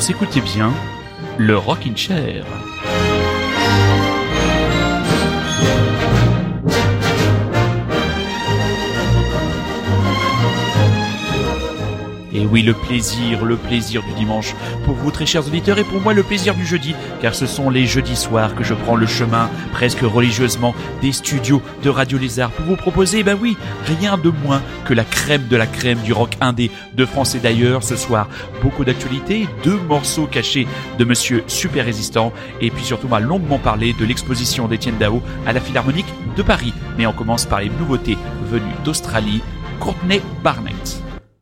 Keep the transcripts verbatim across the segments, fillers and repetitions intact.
Vous écoutez bien le Rockin' Chair. Et oui, le plaisir, le plaisir du dimanche pour vous très chers auditeurs et pour moi le plaisir du jeudi, car ce sont les jeudis soirs que je prends le chemin presque religieusement des studios de Radio Lézard pour vous proposer, ben oui, rien de moins que la crème de la crème du rock indé de France et d'ailleurs. Ce soir, beaucoup d'actualités, deux morceaux cachés de Monsieur Super Résistant et puis surtout m'a longuement parlé de l'exposition d'Étienne Dao à la Philharmonique de Paris. Mais on commence par les nouveautés venues d'Australie, Courtney Barnett.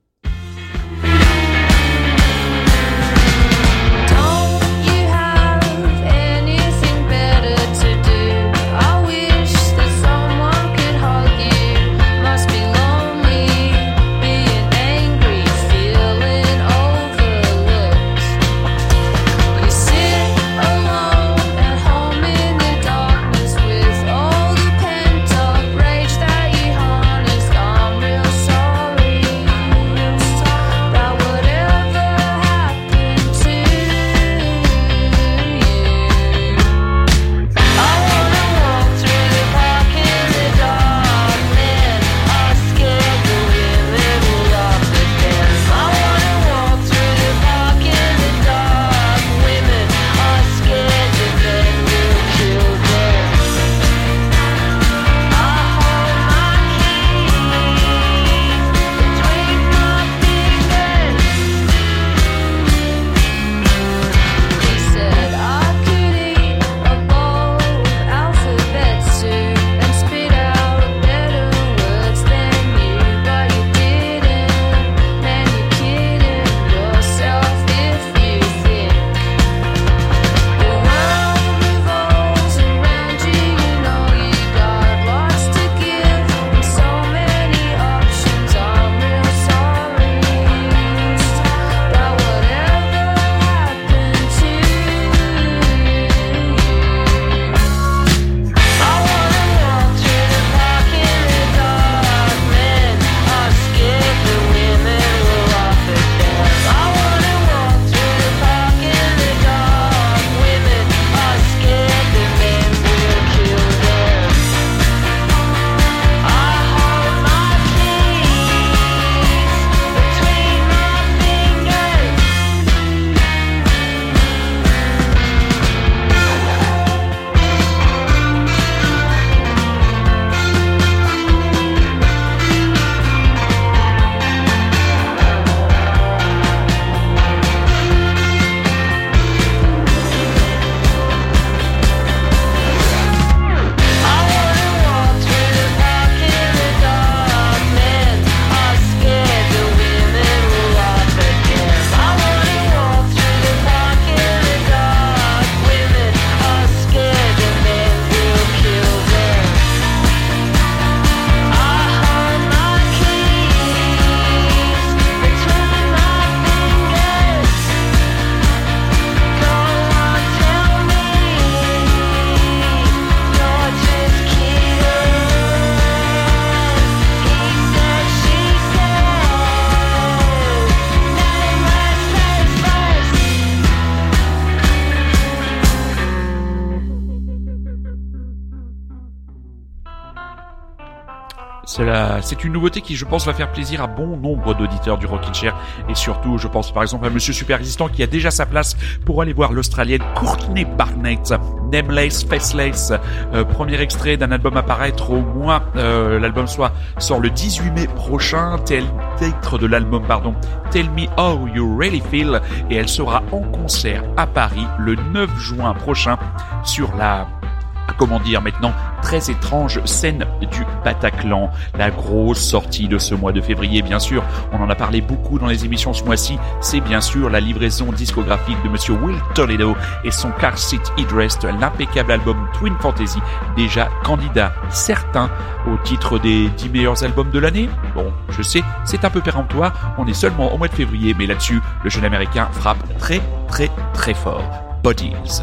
Cela, c'est une nouveauté qui, je pense, va faire plaisir à bon nombre d'auditeurs du Rockin' Chair. Et surtout, je pense par exemple à Monsieur Super Résistant qui a déjà sa place pour aller voir l'Australienne Courtney Barnett, Nameless, Faceless. Euh, premier extrait d'un album à paraître au mois, euh, l'album soit sort le dix-huit mai prochain. Tel titre de l'album, pardon, Tell Me How You Really Feel. Et elle sera en concert à Paris le neuf juin prochain sur la... comment dire maintenant, très étrange scène du Bataclan. La grosse sortie de ce mois de février, bien sûr, on en a parlé beaucoup dans les émissions ce mois-ci, c'est bien sûr la livraison discographique de Monsieur Will Toledo et son Car Seat Headrest, l'impeccable album Twin Fantasy, déjà candidat certain au titre des dix meilleurs albums de l'année. Bon, je sais, c'est un peu péremptoire, on est seulement au mois de février, mais là-dessus, le jeune américain frappe très très très fort. Bodies.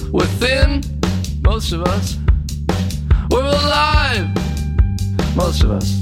We're thin, most of us. We're alive, most of us.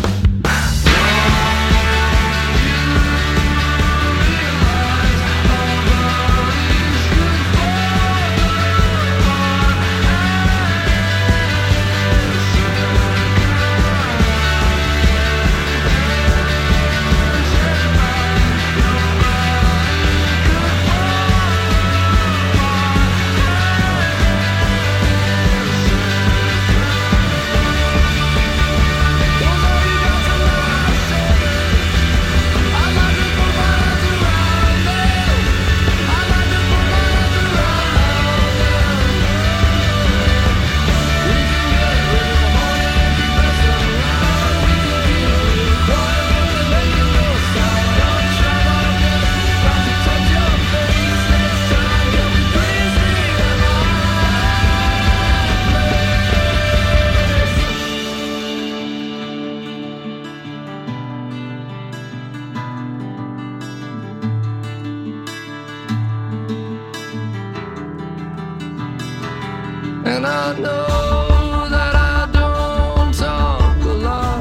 And I know that I don't talk a lot,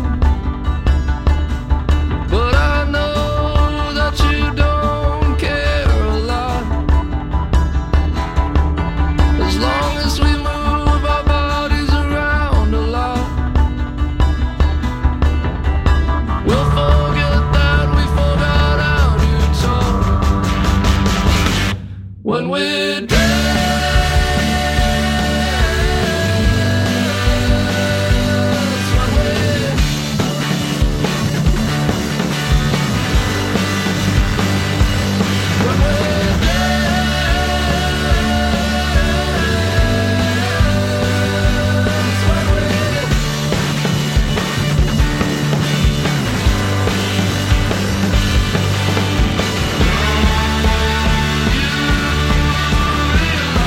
but I know that you don't care a lot. As long as we move our bodies around a lot, we'll forget that we forgot how to talk. When we're dead, realize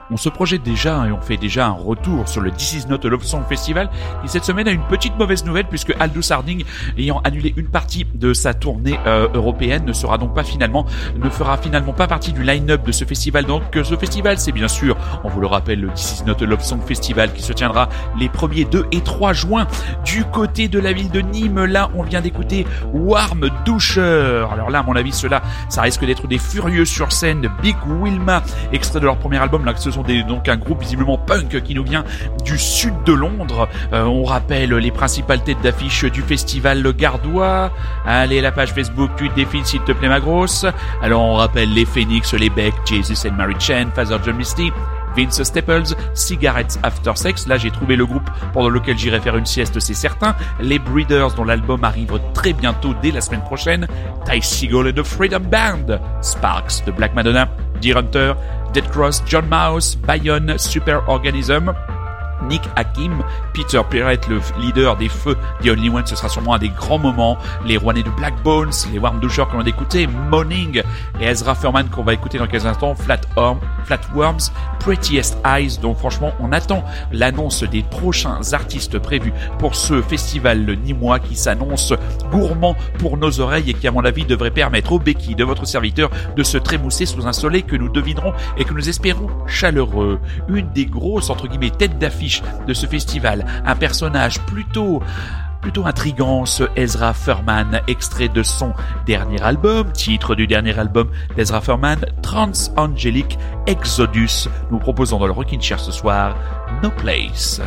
On se projette déjà et on fait déjà un retour sur le This Is Not a Love Song Festival qui cette semaine a une petite mauvaise nouvelle puisque Aldous Harding, ayant annulé une partie de sa tournée euh, européenne, ne sera donc pas finalement, ne fera finalement pas partie du line-up de ce festival. Donc ce festival, c'est bien sûr, on vous le rappelle, le This Is Not a Love Song Festival qui se tiendra les premiers deux et trois juin du côté de la ville de Nîmes. Là, on vient d'écouter Warm Doucher. Alors là, à mon avis, cela, ça risque d'être des furieux sur scène. Big Wilma, extrait de leur premier album. Là, ce sont des, donc un groupe visiblement punk qui nous vient du sud de Londres. Euh, on rappelle les principales têtes d'affiche du festival Le Gardois. Allez, la page Facebook, tu défiles s'il te plaît ma grosse. Alors on rappelle les Phoenix, les Beck, Jesus and Mary Chain, Father John Misty, Vince Staples, Cigarettes After Sex. Là, j'ai trouvé le groupe pendant lequel j'irai faire une sieste, c'est certain. Les Breeders, dont l'album arrive très bientôt, dès la semaine prochaine. Ty Segall et The Freedom Band. Sparks de Black Madonna. Deer Hunter, Dead Cross, John Mouse, Bayonne, Super Organism. Nick Hakim, Peter Perrett, le leader des Feux, The Only One, ce sera sûrement un des grands moments. Les Rouennais de Black Bones, les Warm Doucher qu'on vient d'écouter, Moaning, et Ezra Furman qu'on va écouter dans quelques instants, Flat Horn, Flatworms, Prettiest Eyes. Donc franchement, on attend l'annonce des prochains artistes prévus pour ce festival nîmois qui s'annonce gourmand pour nos oreilles et qui, à mon avis, devrait permettre aux béquilles de votre serviteur de se trémousser sous un soleil que nous devinerons et que nous espérons chaleureux. Une des grosses, entre guillemets, têtes d'affiche de ce festival, un personnage plutôt plutôt intrigant, ce Ezra Furman, extrait de son dernier album, titre du dernier album d'Ezra Furman, Transangelic Exodus. Nous proposons dans le Rockin' Chair ce soir No Place.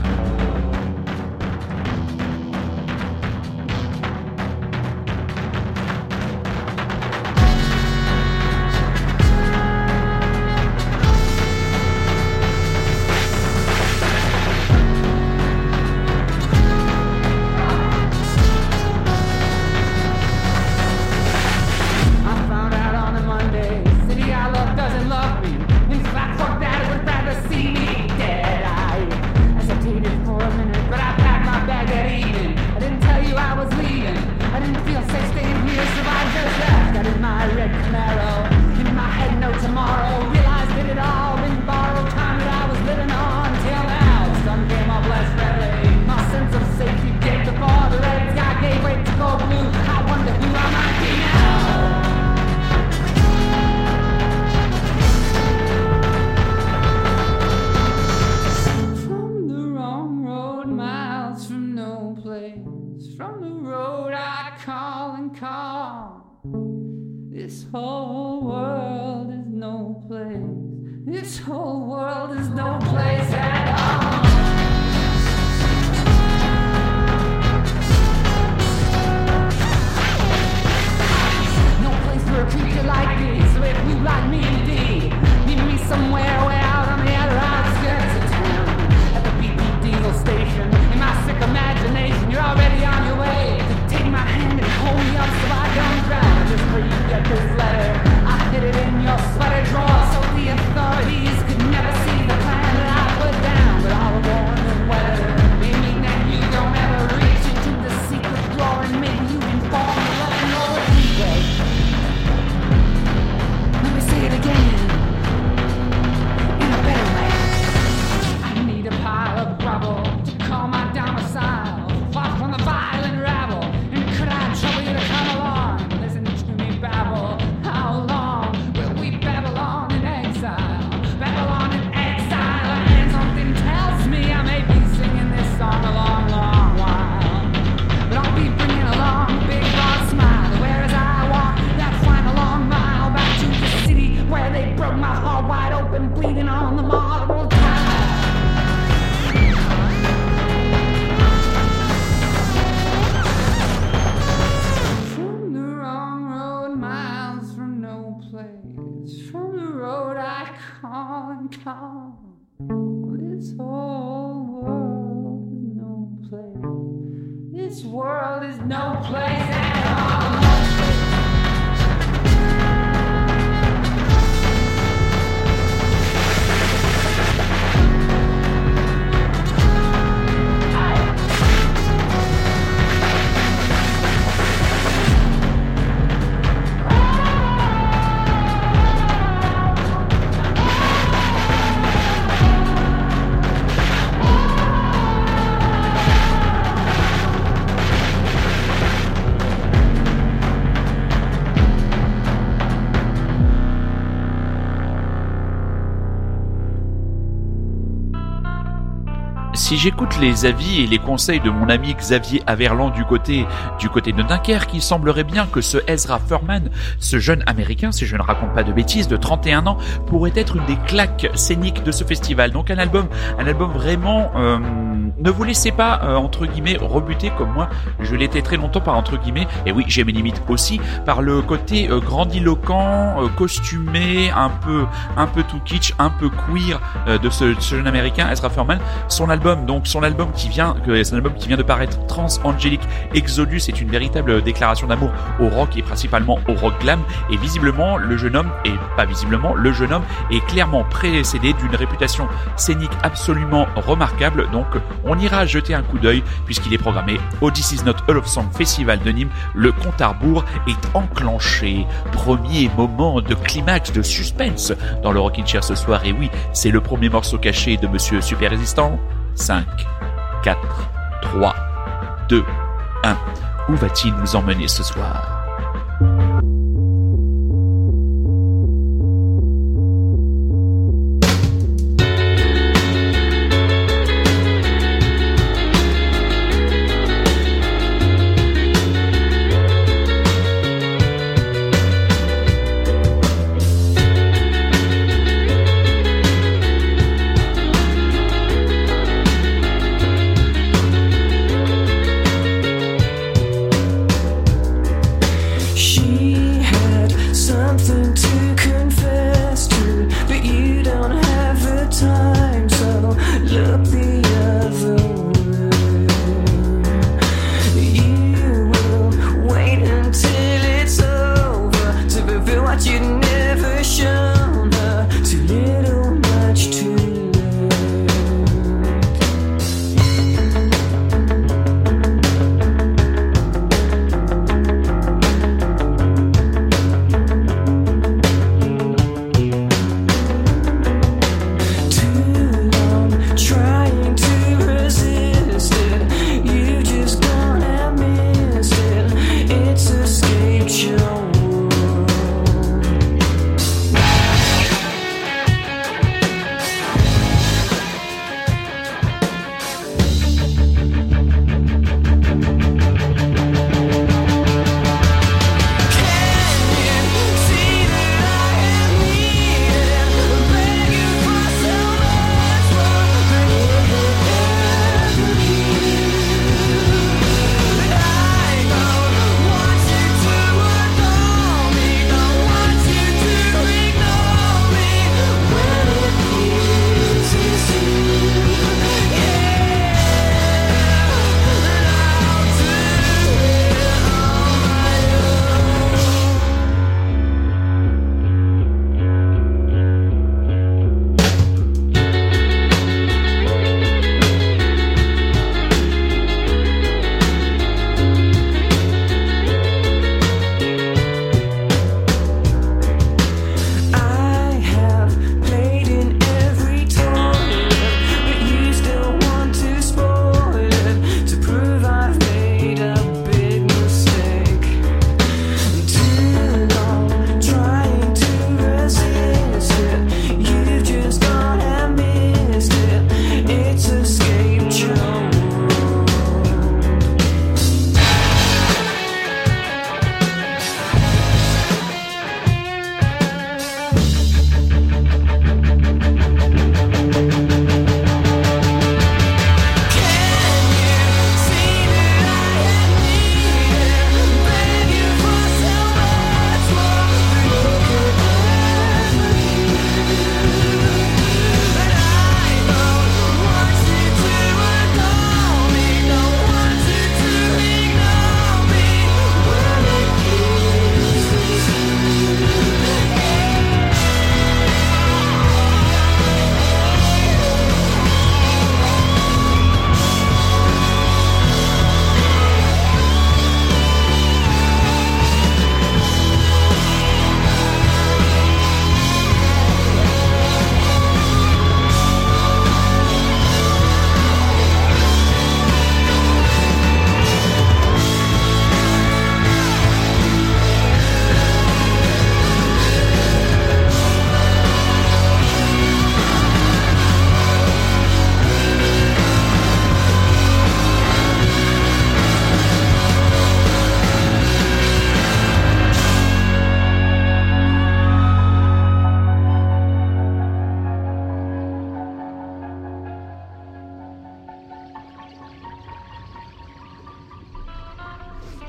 si j'écoute les avis et les conseils de mon ami Xavier Averland du côté du côté de Dunkerque, il semblerait bien que ce Ezra Furman, ce jeune américain, si je ne raconte pas de bêtises, de trente et un ans, pourrait être une des claques scéniques de ce festival. Donc un album, un album vraiment, euh, ne vous laissez pas euh, entre guillemets rebuter comme moi, je l'étais très longtemps par entre guillemets. Et oui, j'ai mes limites aussi par le côté euh, grandiloquent, euh, costumé, un peu, un peu tout kitsch, un peu queer euh, de ce, ce jeune américain Ezra Furman. Son album, donc son album qui vient, que c'est un album qui vient de paraître, Trans Angelic Exodus, est une véritable déclaration d'amour au rock et principalement au rock glam. Et visiblement, le jeune homme, et pas visiblement, le jeune homme est clairement précédé d'une réputation scénique absolument remarquable. Donc, on ira jeter un coup d'œil puisqu'il est programmé au This Is Not a Love Song Festival de Nîmes. Le compte à rebours est enclenché. Premier moment de climax, de suspense dans le Rockin' Chair ce soir. Et oui, c'est le premier morceau caché de Monsieur Super Résistant. cinq, quatre, trois, deux, un. Où va-t-il nous emmener ce soir ?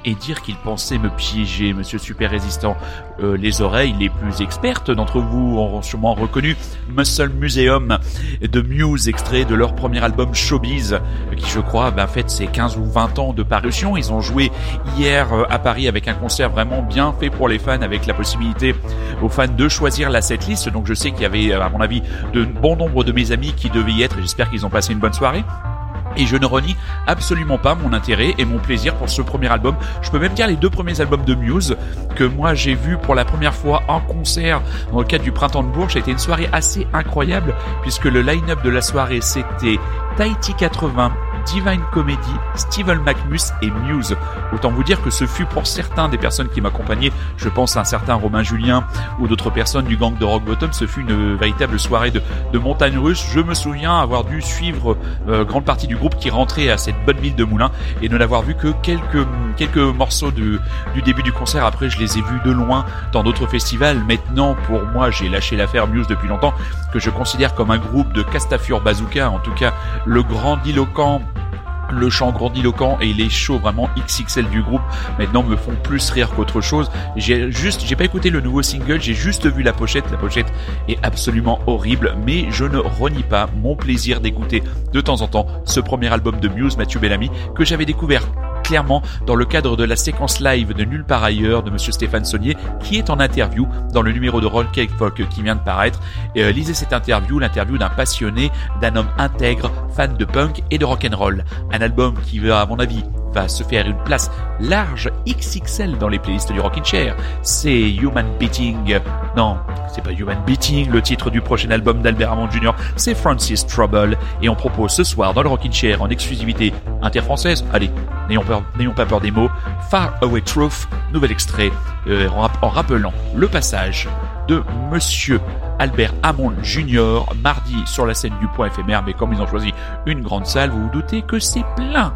et dire qu'il pensait me piéger, Monsieur Super Résistant. Euh, les oreilles les plus expertes d'entre vous auront sûrement reconnu Muscle Museum de Muse, extrait de leur premier album Showbiz, qui je crois ben, fête ses quinze ou vingt ans de parution. Ils ont joué hier euh, à Paris avec un concert vraiment bien fait pour les fans, avec la possibilité aux fans de choisir la setlist. Donc je sais qu'il y avait, à mon avis, de bon nombre de mes amis qui devaient y être, et j'espère qu'ils ont passé une bonne soirée. Et je ne renie absolument pas mon intérêt et mon plaisir pour ce premier album. Je peux même dire les deux premiers albums de Muse que moi j'ai vu pour la première fois en concert dans le cadre du Printemps de Bourges. Ça a été une soirée assez incroyable puisque le line-up de la soirée c'était Tahiti quatre-vingts, Divine Comedy, Steven McMus et Muse. Autant vous dire que ce fut pour certains des personnes qui m'accompagnaient, je pense à un certain Romain Julien ou d'autres personnes du gang de Rock Bottom, ce fut une véritable soirée de, de montagne russe. Je me souviens avoir dû suivre euh, grande partie du groupe qui rentrait à cette bonne ville de Moulins et ne l'avoir vu que quelques quelques morceaux du, du début du concert. Après, je les ai vus de loin dans d'autres festivals. Maintenant, pour moi, j'ai lâché l'affaire Muse depuis longtemps, que je considère comme un groupe de Castafiore Bazooka, en tout cas le grandiloquent le chant grandiloquent et les shows vraiment X X L du groupe maintenant me font plus rire qu'autre chose. J'ai juste, j'ai pas écouté le nouveau single, j'ai juste vu la pochette. La pochette est absolument horrible, mais je ne renie pas mon plaisir d'écouter de temps en temps ce premier album de Muse, Mathieu Bellamy, que j'avais découvert clairement dans le cadre de la séquence live de Nulle part ailleurs de Monsieur Stéphane Saunier, qui est en interview dans le numéro de Roll Cake Folk qui vient de paraître. Et euh, lisez cette interview, l'interview d'un passionné, d'un homme intègre, fan de punk et de rock'n'roll. Un album qui va, à mon avis, va se faire une place large X X L dans les playlists du Rockin' Chair. C'est Human Beating. Non, c'est pas Human Beating, le titre du prochain album d'Albert Hammond junior C'est Francis Trouble. Et on propose ce soir dans le Rockin' Chair en exclusivité interfrançaise. Allez, n'ayons peur, n'ayons pas peur des mots. Far Away Truth, nouvel extrait, euh, en, en rappelant le passage de Monsieur Albert Hammond junior mardi sur la scène du Point éphémère. Mais comme ils ont choisi une grande salle, vous vous doutez que c'est plein.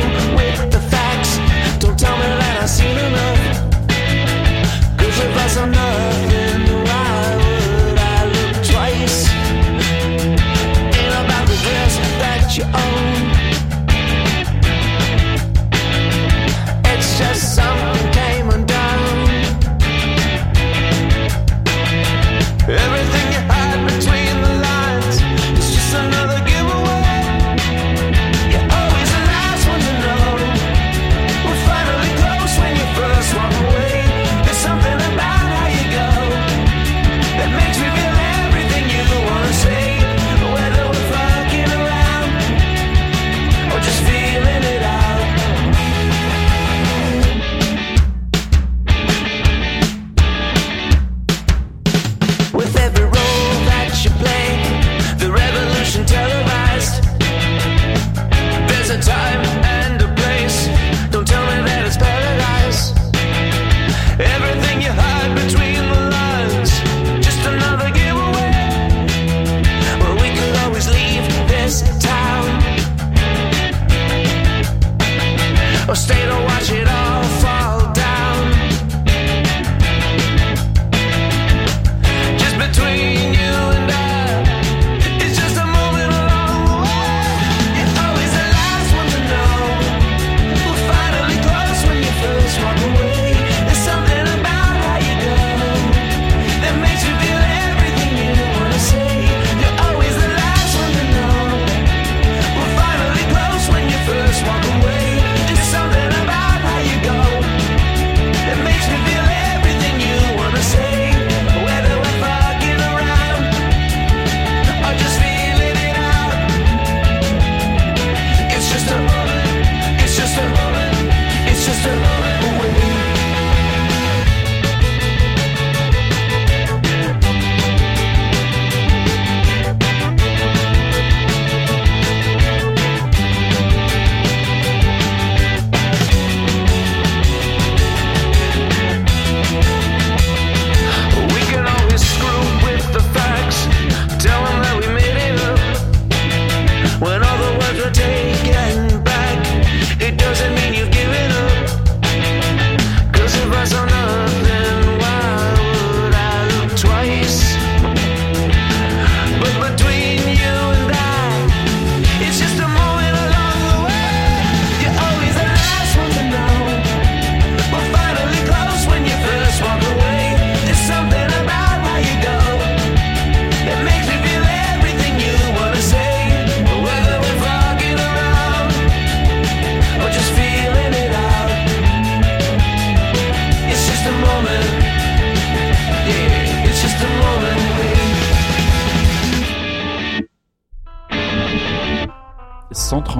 Some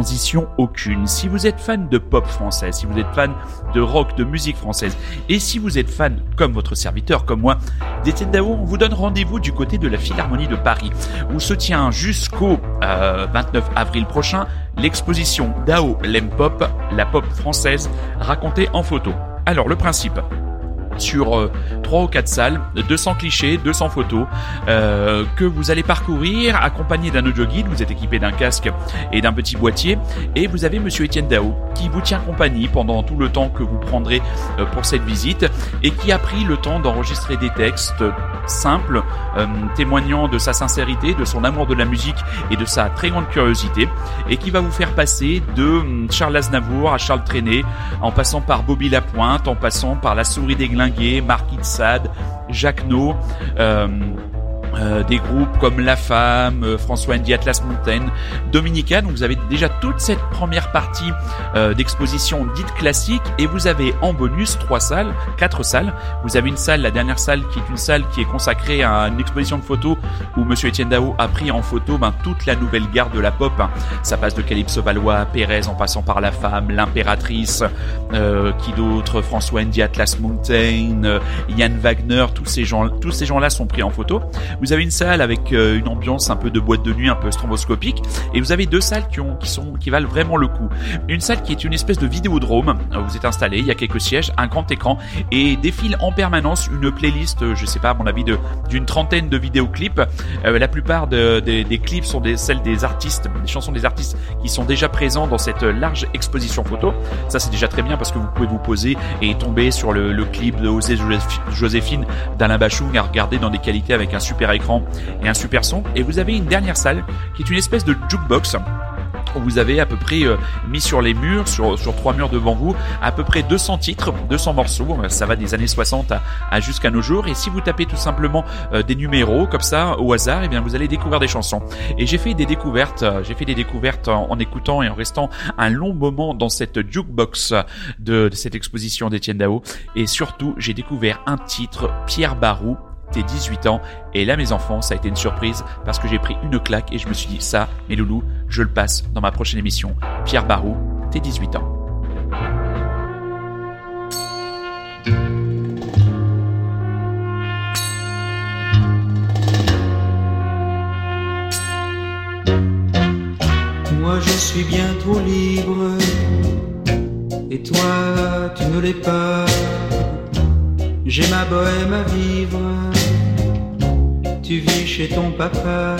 transition aucune. Si vous êtes fan de pop français, si vous êtes fan de rock, de musique française, et si vous êtes fan, comme votre serviteur, comme moi, d'Étienne Dao, on vous donne rendez-vous du côté de la Philharmonie de Paris, où se tient jusqu'au euh, vingt-neuf avril prochain l'exposition Dao l'aime pop, la pop française racontée en photo. Alors le principe, sur euh, trois ou quatre salles, deux cents clichés, deux cents photos euh, que vous allez parcourir accompagné d'un audio guide. Vous êtes équipé d'un casque et d'un petit boîtier et vous avez monsieur Étienne Dao qui vous tient compagnie pendant tout le temps que vous prendrez euh, pour cette visite et qui a pris le temps d'enregistrer des textes simples euh, témoignant de sa sincérité, de son amour de la musique et de sa très grande curiosité et qui va vous faire passer de Charles Aznavour à Charles Trenet en passant par Bobby Lapointe, en passant par La Souris Déglinguée, Marquis de Sade, Jacques No, euh, euh, des groupes comme La Femme, euh, François Andy, Atlas Mountain, Dominica. Donc vous avez déjà toute cette première partie euh, d'exposition dite classique et vous avez en bonus trois salles, quatre salles. Vous avez une salle, la dernière salle qui est une salle qui est consacrée à une exposition de photos où monsieur Étienne Dao a pris en photo ben, toute la nouvelle garde de la pop. Hein. Ça passe de Calypso Valois, Pérez en passant par La Femme, L'Impératrice, euh, qui d'autres, François Andy, Atlas Mountain, euh, Yann Wagner, tous ces gens, tous ces gens-là sont pris en photo. Vous avez une salle avec euh, une ambiance un peu de boîte de nuit, un peu stromboscopique, et vous avez deux salles qui ont, qui sont, qui valent vraiment le coup. Une salle qui est une espèce de vidéodrome. Vous êtes installé, il y a quelques sièges, un grand écran, et défile en permanence une playlist, je sais pas, à mon avis, de, d'une trentaine de vidéoclips. Euh, la plupart de, de, des clips sont des, celles des artistes, des chansons des artistes qui sont déjà présents dans cette large exposition photo. Ça, c'est déjà très bien parce que vous pouvez vous poser et tomber sur le, le clip de Osée Joséphine d'Alain Bachung à regarder dans des qualités avec un super écran et un super son. Et vous avez une dernière salle qui est une espèce de jukebox où vous avez à peu près euh, mis sur les murs, sur, sur trois murs devant vous, à peu près deux cents titres, deux cents morceaux. Ça va des années soixante à, à jusqu'à nos jours. Et si vous tapez tout simplement euh, des numéros comme ça au hasard, eh bien vous allez découvrir des chansons. Et j'ai fait des découvertes, euh, j'ai fait des découvertes en, en écoutant et en restant un long moment dans cette jukebox de, de cette exposition d'Étienne Dao. Et surtout, j'ai découvert un titre, Pierre Barou, tes dix-huit ans, et là mes enfants, ça a été une surprise parce que j'ai pris une claque et je me suis dit ça, mes loulous, je le passe dans ma prochaine émission. Pierre Barou, tes dix-huit ans. Moi je suis bientôt libre et toi tu ne l'es pas. J'ai ma bohème à vivre, tu vis chez ton papa.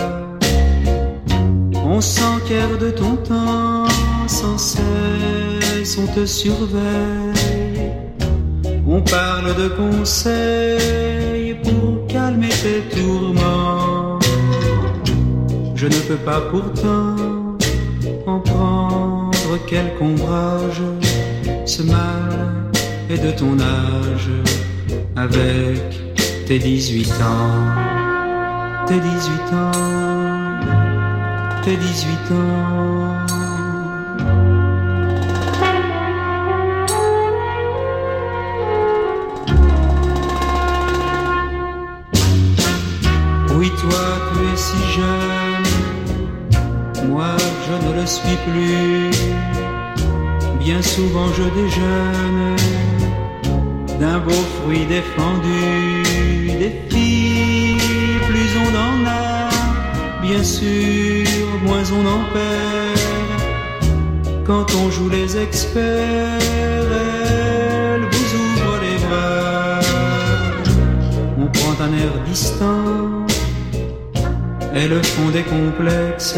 On s'enquiert de ton temps sans cesse, on te surveille. On parle de conseils pour calmer tes tourments. Je ne peux pas pourtant en prendre quelque ombrage. Ce mal est de ton âge. Avec tes dix-huit ans, tes dix-huit ans, tes dix-huit ans. Oui, toi, tu es si jeune, moi, je ne le suis plus. Bien souvent, je déjeune d'un beau fruit défendu, des filles, plus on en a, bien sûr, moins on en perd. Quand on joue les experts, elles vous ouvrent les bras. On prend un air distant, elles font des complexes.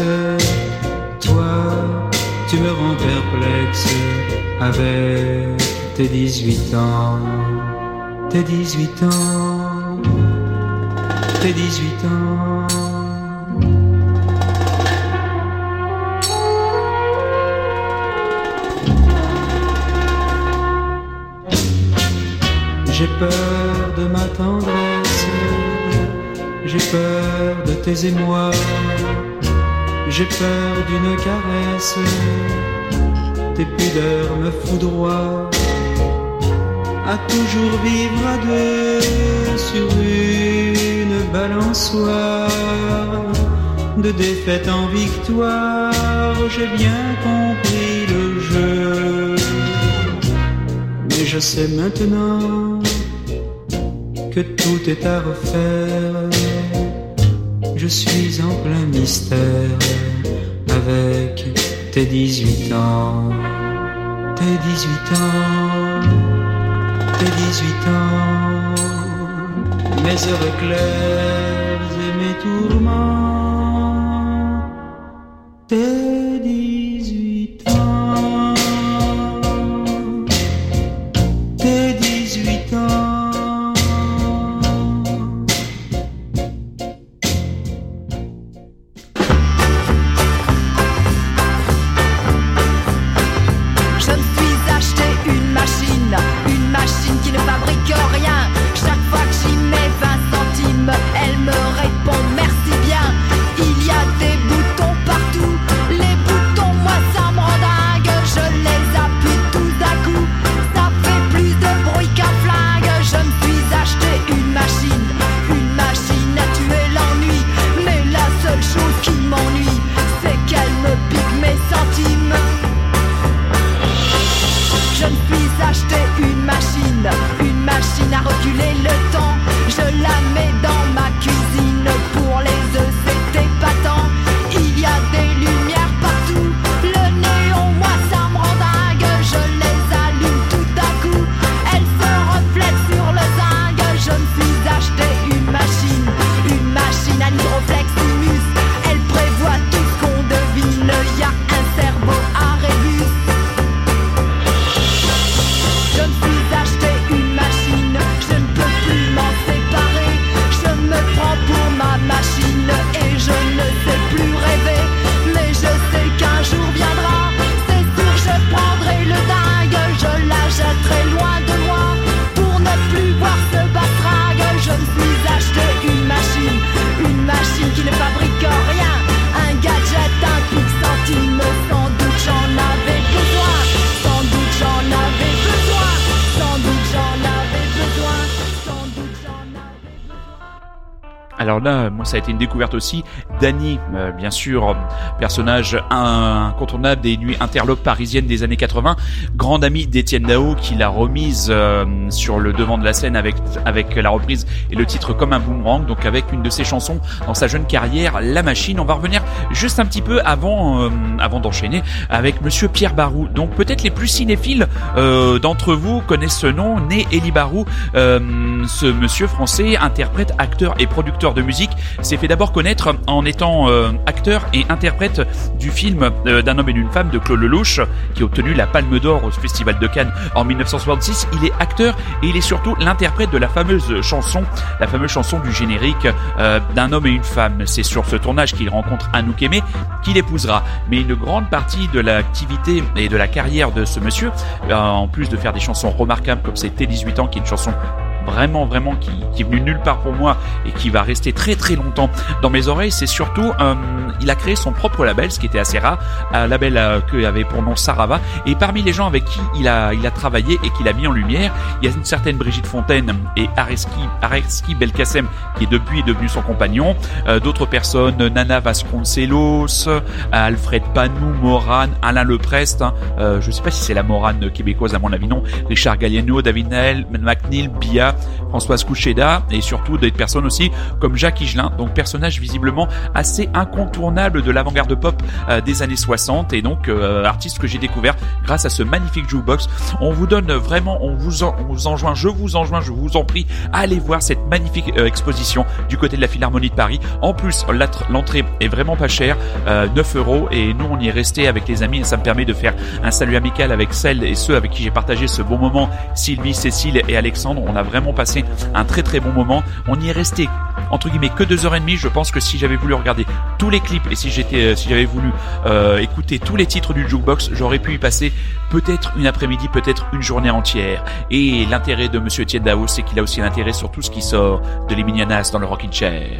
Toi, tu me rends perplexe avec tes dix-huit ans. Tes dix-huit ans, tes dix-huit ans. J'ai peur de ma tendresse, j'ai peur de tes émois, j'ai peur d'une caresse, tes pudeurs me foudroient. À toujours vivre à deux sur une balançoire, de défaite en victoire, j'ai bien compris le jeu. Mais je sais maintenant que tout est à refaire. Je suis en plein mystère avec tes dix-huit ans. Tes dix-huit ans, tes dix-huit ans, mes heures claires et mes tourments. Tes dix-huit ans, tes dix-huit ans. Je me suis acheté une machine, une machine qui ne fabrique rien. Chaque fois que j'y mets vingt centimes, elle me répond merci bien. Il y a des boutons partout, les boutons moi ça me rend dingue. Je les appuie tout à coup, ça fait plus de bruit qu'un flingue. Je me suis acheté une machine, une machine à tuer l'ennui. Mais la seule chose qui m'ennuie, c'est qu'elle me pique mes centimes. Je me suis acheté une machine, une machine à reculer le temps. Je la mets dans ma cuisine, pour les œufs c'est épatant. Il y a des lumières partout, le néon moi ça me rend dingue. Je les allume tout à coup, elles se reflètent sur le zinc. Je me suis acheté une machine, une machine à l'hydrofleximus. Elle prévoit tout ce qu'on devine, il y a un cerveau à rébus. Je me suis acheté une machine, je ne peux plus m'en séparer. Je me prends pour ma machine et je ne sais plus rêver. Mais je sais qu'un jour viendra, c'est sûr je prendrai le dingue. Je la jetterai loin de moi pour ne plus voir ce bastringue. Je me suis acheté une machine, une machine qui ne fabrique rien. Un gadget, un pic centime, sans doute j'en avais besoin. Sans doute j'en avais besoin. Sans doute j'en avais besoin, sans doute j'en avais besoin. Alors là, moi, ça a été une découverte aussi. Dany, euh, bien sûr, personnage incontournable des nuits interlopes parisiennes des années quatre-vingts, grande amie d'Étienne Dao, qui l'a remise euh, sur le devant de la scène avec avec la reprise et le titre Comme un boomerang, donc avec une de ses chansons dans sa jeune carrière, La Machine. On va revenir juste un petit peu avant euh, avant d'enchaîner avec Monsieur Pierre Barou. Donc peut-être les plus cinéphiles euh, d'entre vous connaissent ce nom, né Élie Barou. Euh, ce monsieur français, interprète, acteur et producteur de musique, s'est fait d'abord connaître en étant euh, acteur et interprète du film euh, D'un homme et d'une femme de Claude Lelouch, qui a obtenu la Palme d'Or au Festival de Cannes en dix-neuf cent soixante-six. Il est acteur et il est surtout l'interprète de la fameuse chanson, la fameuse chanson du générique euh, D'un homme et une femme. C'est sur ce tournage qu'il rencontre Anouk Aimée, qu'il épousera. Mais une grande partie de l'activité et de la carrière de ce monsieur, euh, en plus de faire des chansons remarquables comme c'est Tes dix-huit ans, qui est une chanson vraiment vraiment qui, qui est venu nulle part pour moi et qui va rester très très longtemps dans mes oreilles, c'est surtout euh, il a créé son propre label, ce qui était assez rare, un label euh, qui avait pour nom Sarava, et parmi les gens avec qui il a il a travaillé et qu'il a mis en lumière, il y a une certaine Brigitte Fontaine et Areski Areski Belkacem, qui est depuis devenu son compagnon, euh, d'autres personnes, Nana Vasconcelos, Alfred Panou, Morane, Alain Leprest, hein, euh, je sais pas si c'est la Morane québécoise, à mon avis non, Richard Galliano, David Nael, McNeil, Bia, Françoise Coucheda, et surtout des personnes aussi comme Jacques Higelin, donc personnage visiblement assez incontournable de l'avant-garde pop euh, des années soixante, et donc euh, artiste que j'ai découvert grâce à ce magnifique jukebox. On vous donne vraiment, on vous, en, on vous enjoint, je vous enjoins, je vous en prie, à aller voir cette magnifique euh, exposition du côté de la Philharmonie de Paris. En plus, l'entrée est vraiment pas chère, euh, neuf euros, et nous on y est resté avec les amis, et ça me permet de faire un salut amical avec celles et ceux avec qui j'ai partagé ce bon moment, Sylvie, Cécile et Alexandre. On a vraiment passé un très très bon moment. On y est resté entre guillemets que deux heures et demie. Je pense que si j'avais voulu regarder tous les clips et si j'étais, si j'avais voulu euh, écouter tous les titres du jukebox, j'aurais pu y passer peut-être une après-midi, peut-être une journée entière. Et l'intérêt de Monsieur Étienne Dao, c'est qu'il a aussi l'intérêt sur tout ce qui sort de Les Mignonnas dans le Rockin' Chair.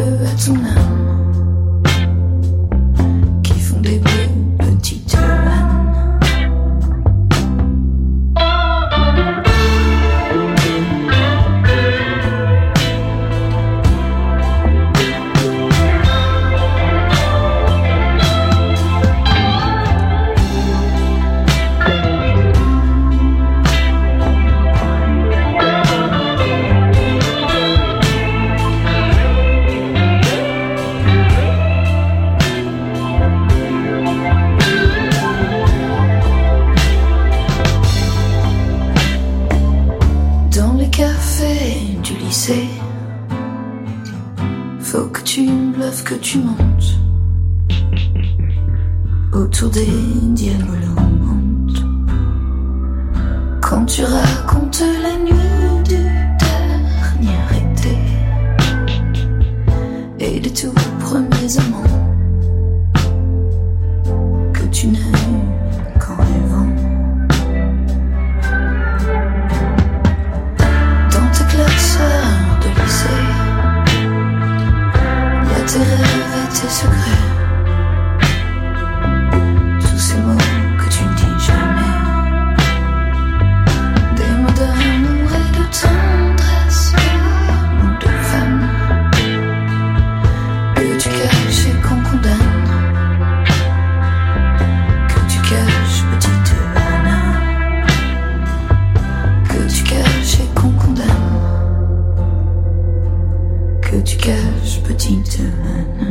à ton âme, qui font des bleues petites vannes. Faut que tu bluffes, que tu montes autour des diabolomantes. Quand tu racontes la nuit du dernier été et des tout premiers amants que tu n'as eu qu'en rêvant. Dans tes classeurs de lycée, y'a tes rêves et tes secrets, tous ces mots que tu ne dis jamais, des mots d'amour et de tendresse, des mots de femme que tu caches et qu'on condamne, que tu caches petite Anna, que tu caches et qu'on condamne, que tu caches petite Anna.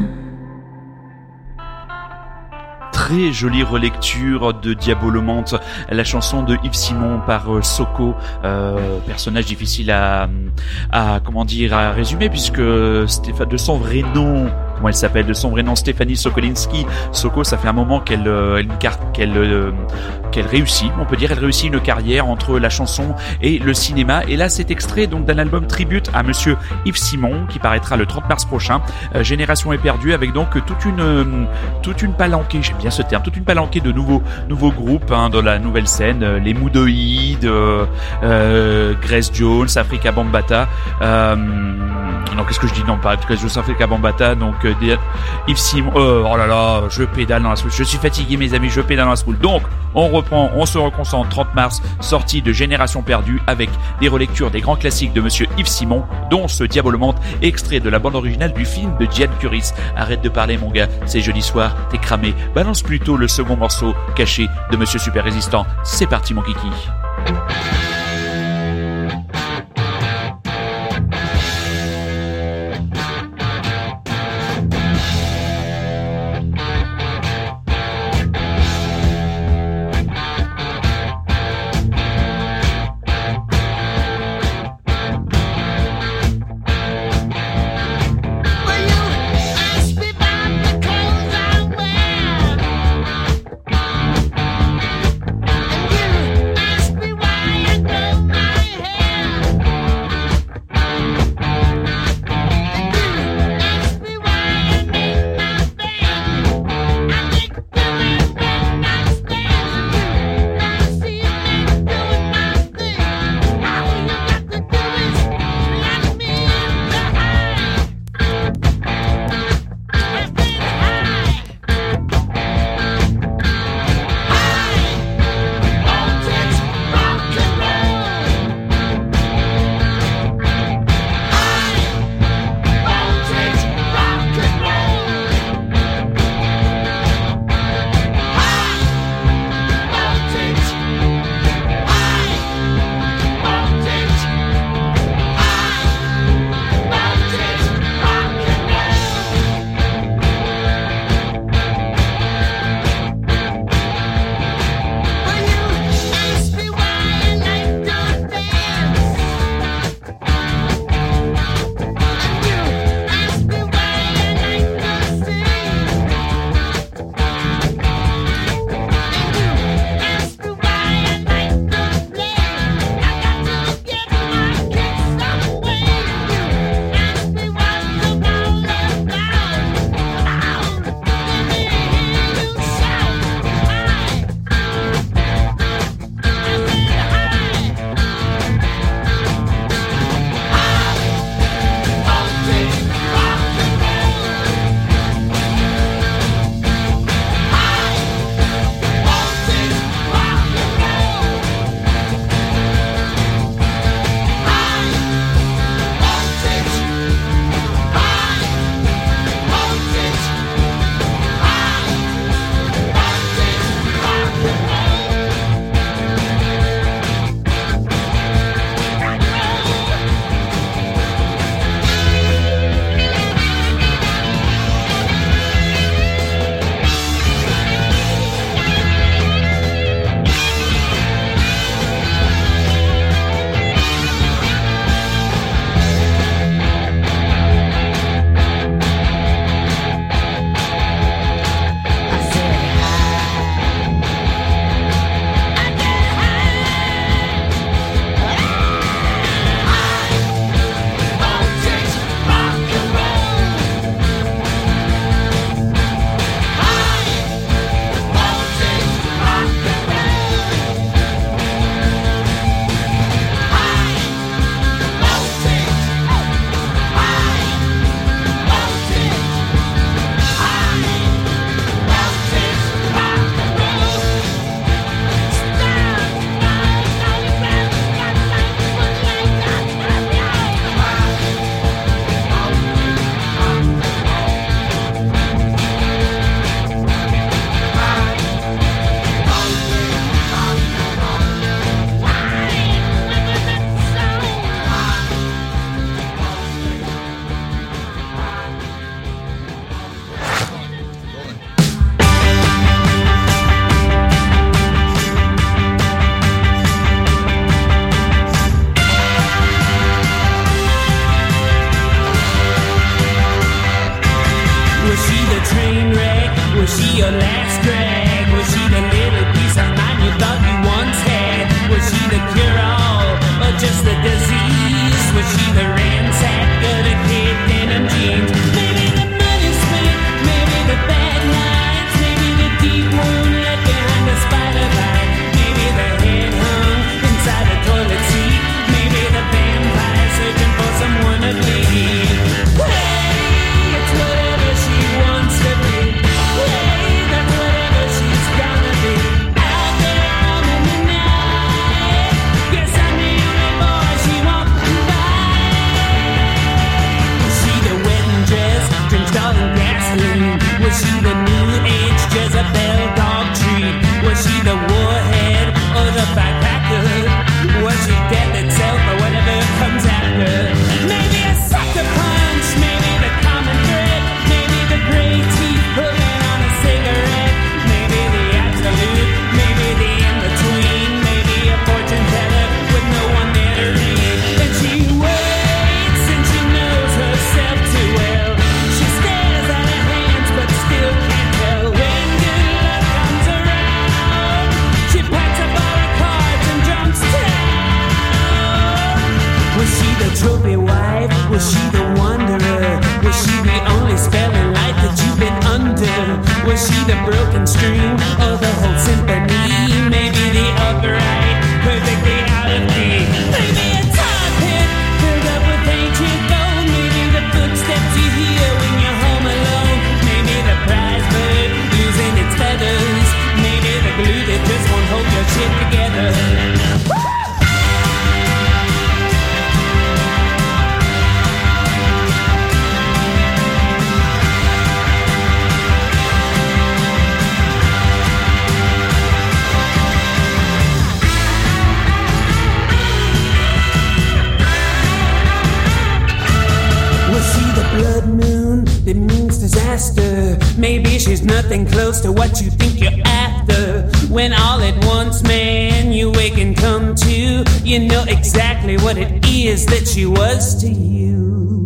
Très jolie relecture de Diabolomante, la chanson de Yves Simon par euh, Soko, euh, personnage difficile à, à comment dire à résumer puisque Stéphane, de son vrai nom, comment elle s'appelle, de son vrai nom Stéphanie Sokolinski, Soko, ça fait un moment qu'elle euh, elle, qu'elle euh, qu'elle réussit, on peut dire, elle réussit une carrière entre la chanson et le cinéma. Et là, c'est extrait donc d'un album tribute à Monsieur Yves Simon qui paraîtra le trente mars prochain. Euh, Génération éperdue, avec donc toute une euh, toute une palanquée, j'aime bien ce terme, toute une palanquée de nouveaux nouveaux groupes hein, dans la nouvelle scène, euh, les Moodoïdes, euh, euh, Grace Jones, Afrika Bambaataa. Euh, non, qu'est-ce que je dis Non, pas Grace Jones, Afrika Bambaataa. Donc euh, Yves Simon. Euh, oh là là, je pédale dans la spoule. Je suis fatigué, mes amis, je pédale dans la spoule. Donc, on reprend, on se reconcentre. trente mars, sortie de Génération perdue avec des relectures des grands classiques de Monsieur Yves Simon, dont ce Diabolomante, extrait de la bande originale du film de Diane Curis. Arrête de parler, mon gars, c'est jeudi soir, t'es cramé. Balance plutôt le second morceau caché de Monsieur Super Résistant. C'est parti, mon kiki. Why Was she the train wreck? Was she your last drag? Was she the little piece of mind you thought you once had? Was she the cure-all or just the disease? Was she the ransack of the kid denim jeans? Maybe the money spent, maybe the bad nights, maybe the deep wound left behind the spider bite, maybe the head hung inside a toilet seat, maybe the vampire searching for someone to bleed. Hey, it's whatever she wants to be. Hey, that's whatever she's gonna be. Out there on in the night, guess I'm the only boy she won't buy. Was she the wedding dress drenched all in gasoline? Was she the new age Jezebel dog treat? Was she the warhead or the backpacker? Was she death itself or whatever comes after? Maybe a sucker punch, maybe the common thread, maybe the gray teeth pulling on a cigarette, maybe the absolute, maybe the in-between, maybe a fortune teller with no one there to read. And she waits and she knows herself too well. She stares at her hands but still can't tell when good luck comes around. She packs up all her cards and jumps down. Was she the trophy wife? Was she the wanderer? Was she the only spell in life that you've been under? Was she the broken string or the whole symphony? Maybe the upright, perfectly out of key. Maybe a tar pit filled up with ancient gold. Maybe the footsteps you hear when you're home alone. Maybe the prize bird losing its feathers. Maybe the glue that just won't hold your shit together. Was she the blood moon that means disaster? Maybe she's nothing close to what you think you're after. When all at once, man, you wake and come to, you know exactly what it is that she was to you.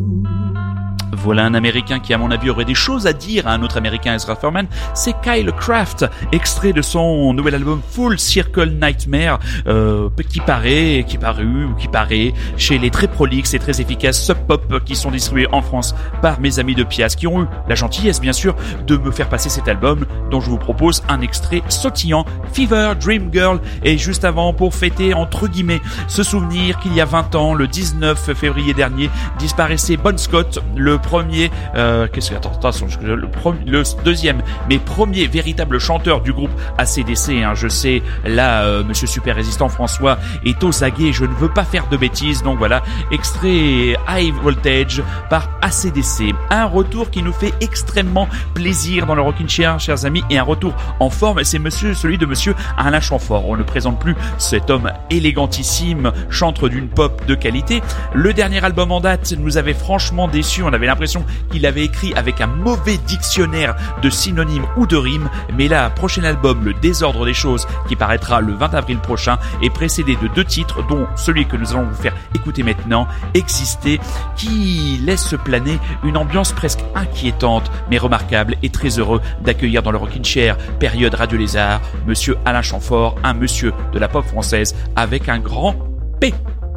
Voilà un Américain qui, à mon avis, aurait des choses à dire à un autre Américain, Ezra Furman, c'est Kyle Craft, extrait de son nouvel album Full Circle Nightmare, euh, qui paraît, qui parut, ou qui paraît chez les très prolixes et très efficaces Sub Pop qui sont distribués en France par mes amis de Piaz, qui ont eu la gentillesse, bien sûr, de me faire passer cet album, dont je vous propose un extrait sautillant, Fever Dream Girl, et juste avant, pour fêter, entre guillemets, ce souvenir qu'il y a vingt ans, le dix-neuf février dernier, disparaissait Bon Scott, le premier, euh, qu'est-ce que, attends, attention, le, premier, le deuxième, mais premier véritable chanteur du groupe A C D C, hein, je sais, là, euh, Monsieur Super Résistant François est aux aguets, je ne veux pas faire de bêtises, donc voilà, extrait High Voltage par A C D C, un retour qui nous fait extrêmement plaisir dans le Rockin' Chair, chers amis, et un retour en forme, c'est monsieur, celui de Monsieur Alain Chamfort. On ne présente plus cet homme élégantissime, chantre d'une pop de qualité. Le dernier album en date nous avait franchement déçus, on avait l'impression qu'il avait écrit avec un mauvais dictionnaire de synonymes ou de rimes, mais là, prochain album, Le Désordre des choses, qui paraîtra le vingt avril prochain, est précédé de deux titres, dont celui que nous allons vous faire écouter maintenant, Exister, qui laisse planer une ambiance presque inquiétante, mais remarquable, et très heureux d'accueillir dans le Rockin' Chair, période Radio Lézard, Monsieur Alain Chamfort, un monsieur de la pop française avec un grand P.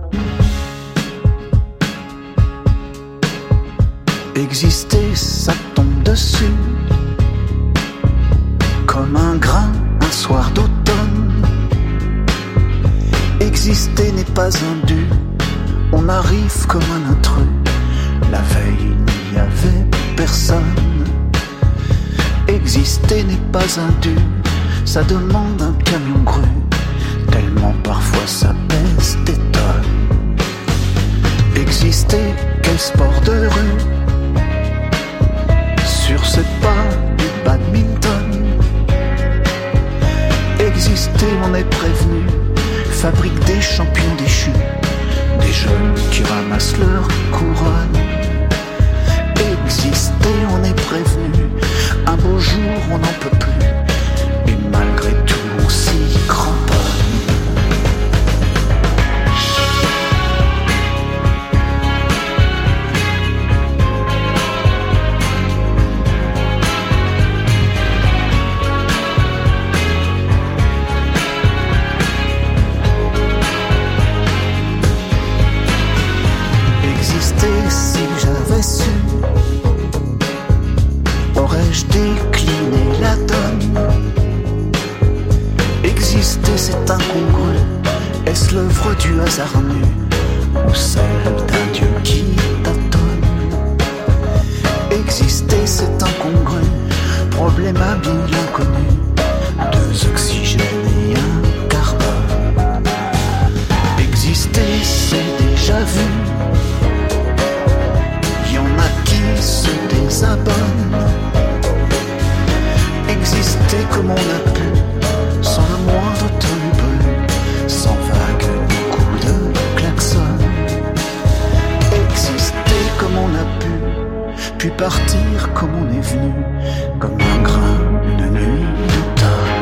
Exister, ça tombe dessus comme un grain un soir d'automne. Exister n'est pas un dû, on arrive comme un intrus. La veille, il n'y avait personne. Exister n'est pas un dû, ça demande un camion grue, tellement parfois ça pèse des tonnes. Exister, quel sport de rue, sur ce pas du badminton. Exister, on est prévenu, fabrique des champions déchus, des jeunes qui ramassent leur couronne. Exister, on est prévenu, un beau jour on n'en peut plus, et malgré tout on s'y cramponne. décliner la donne. Exister c'est incongru, est-ce l'œuvre du hasard nu ou celle d'un dieu qui tâtonne? Exister c'est incongru, problème habile inconnu, deux oxygènes et un carbone. Exister c'est déjà vu, y en a qui se désabonnent. Exister comme on a pu, sans le moindre tribut, sans vague ni coup de klaxon. Exister comme on a pu, puis partir comme on est venu, comme un grain une nuit d'automne.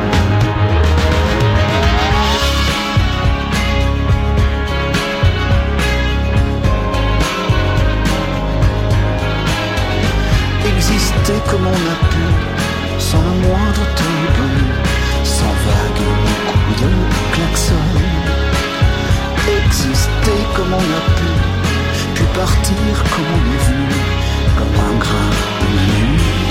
Exister comme on a pu, sans le moindre tribut, sans vague ni coup de klaxon. Exister comme on a pu, puis partir comme on est venu, comme un grain une nuit.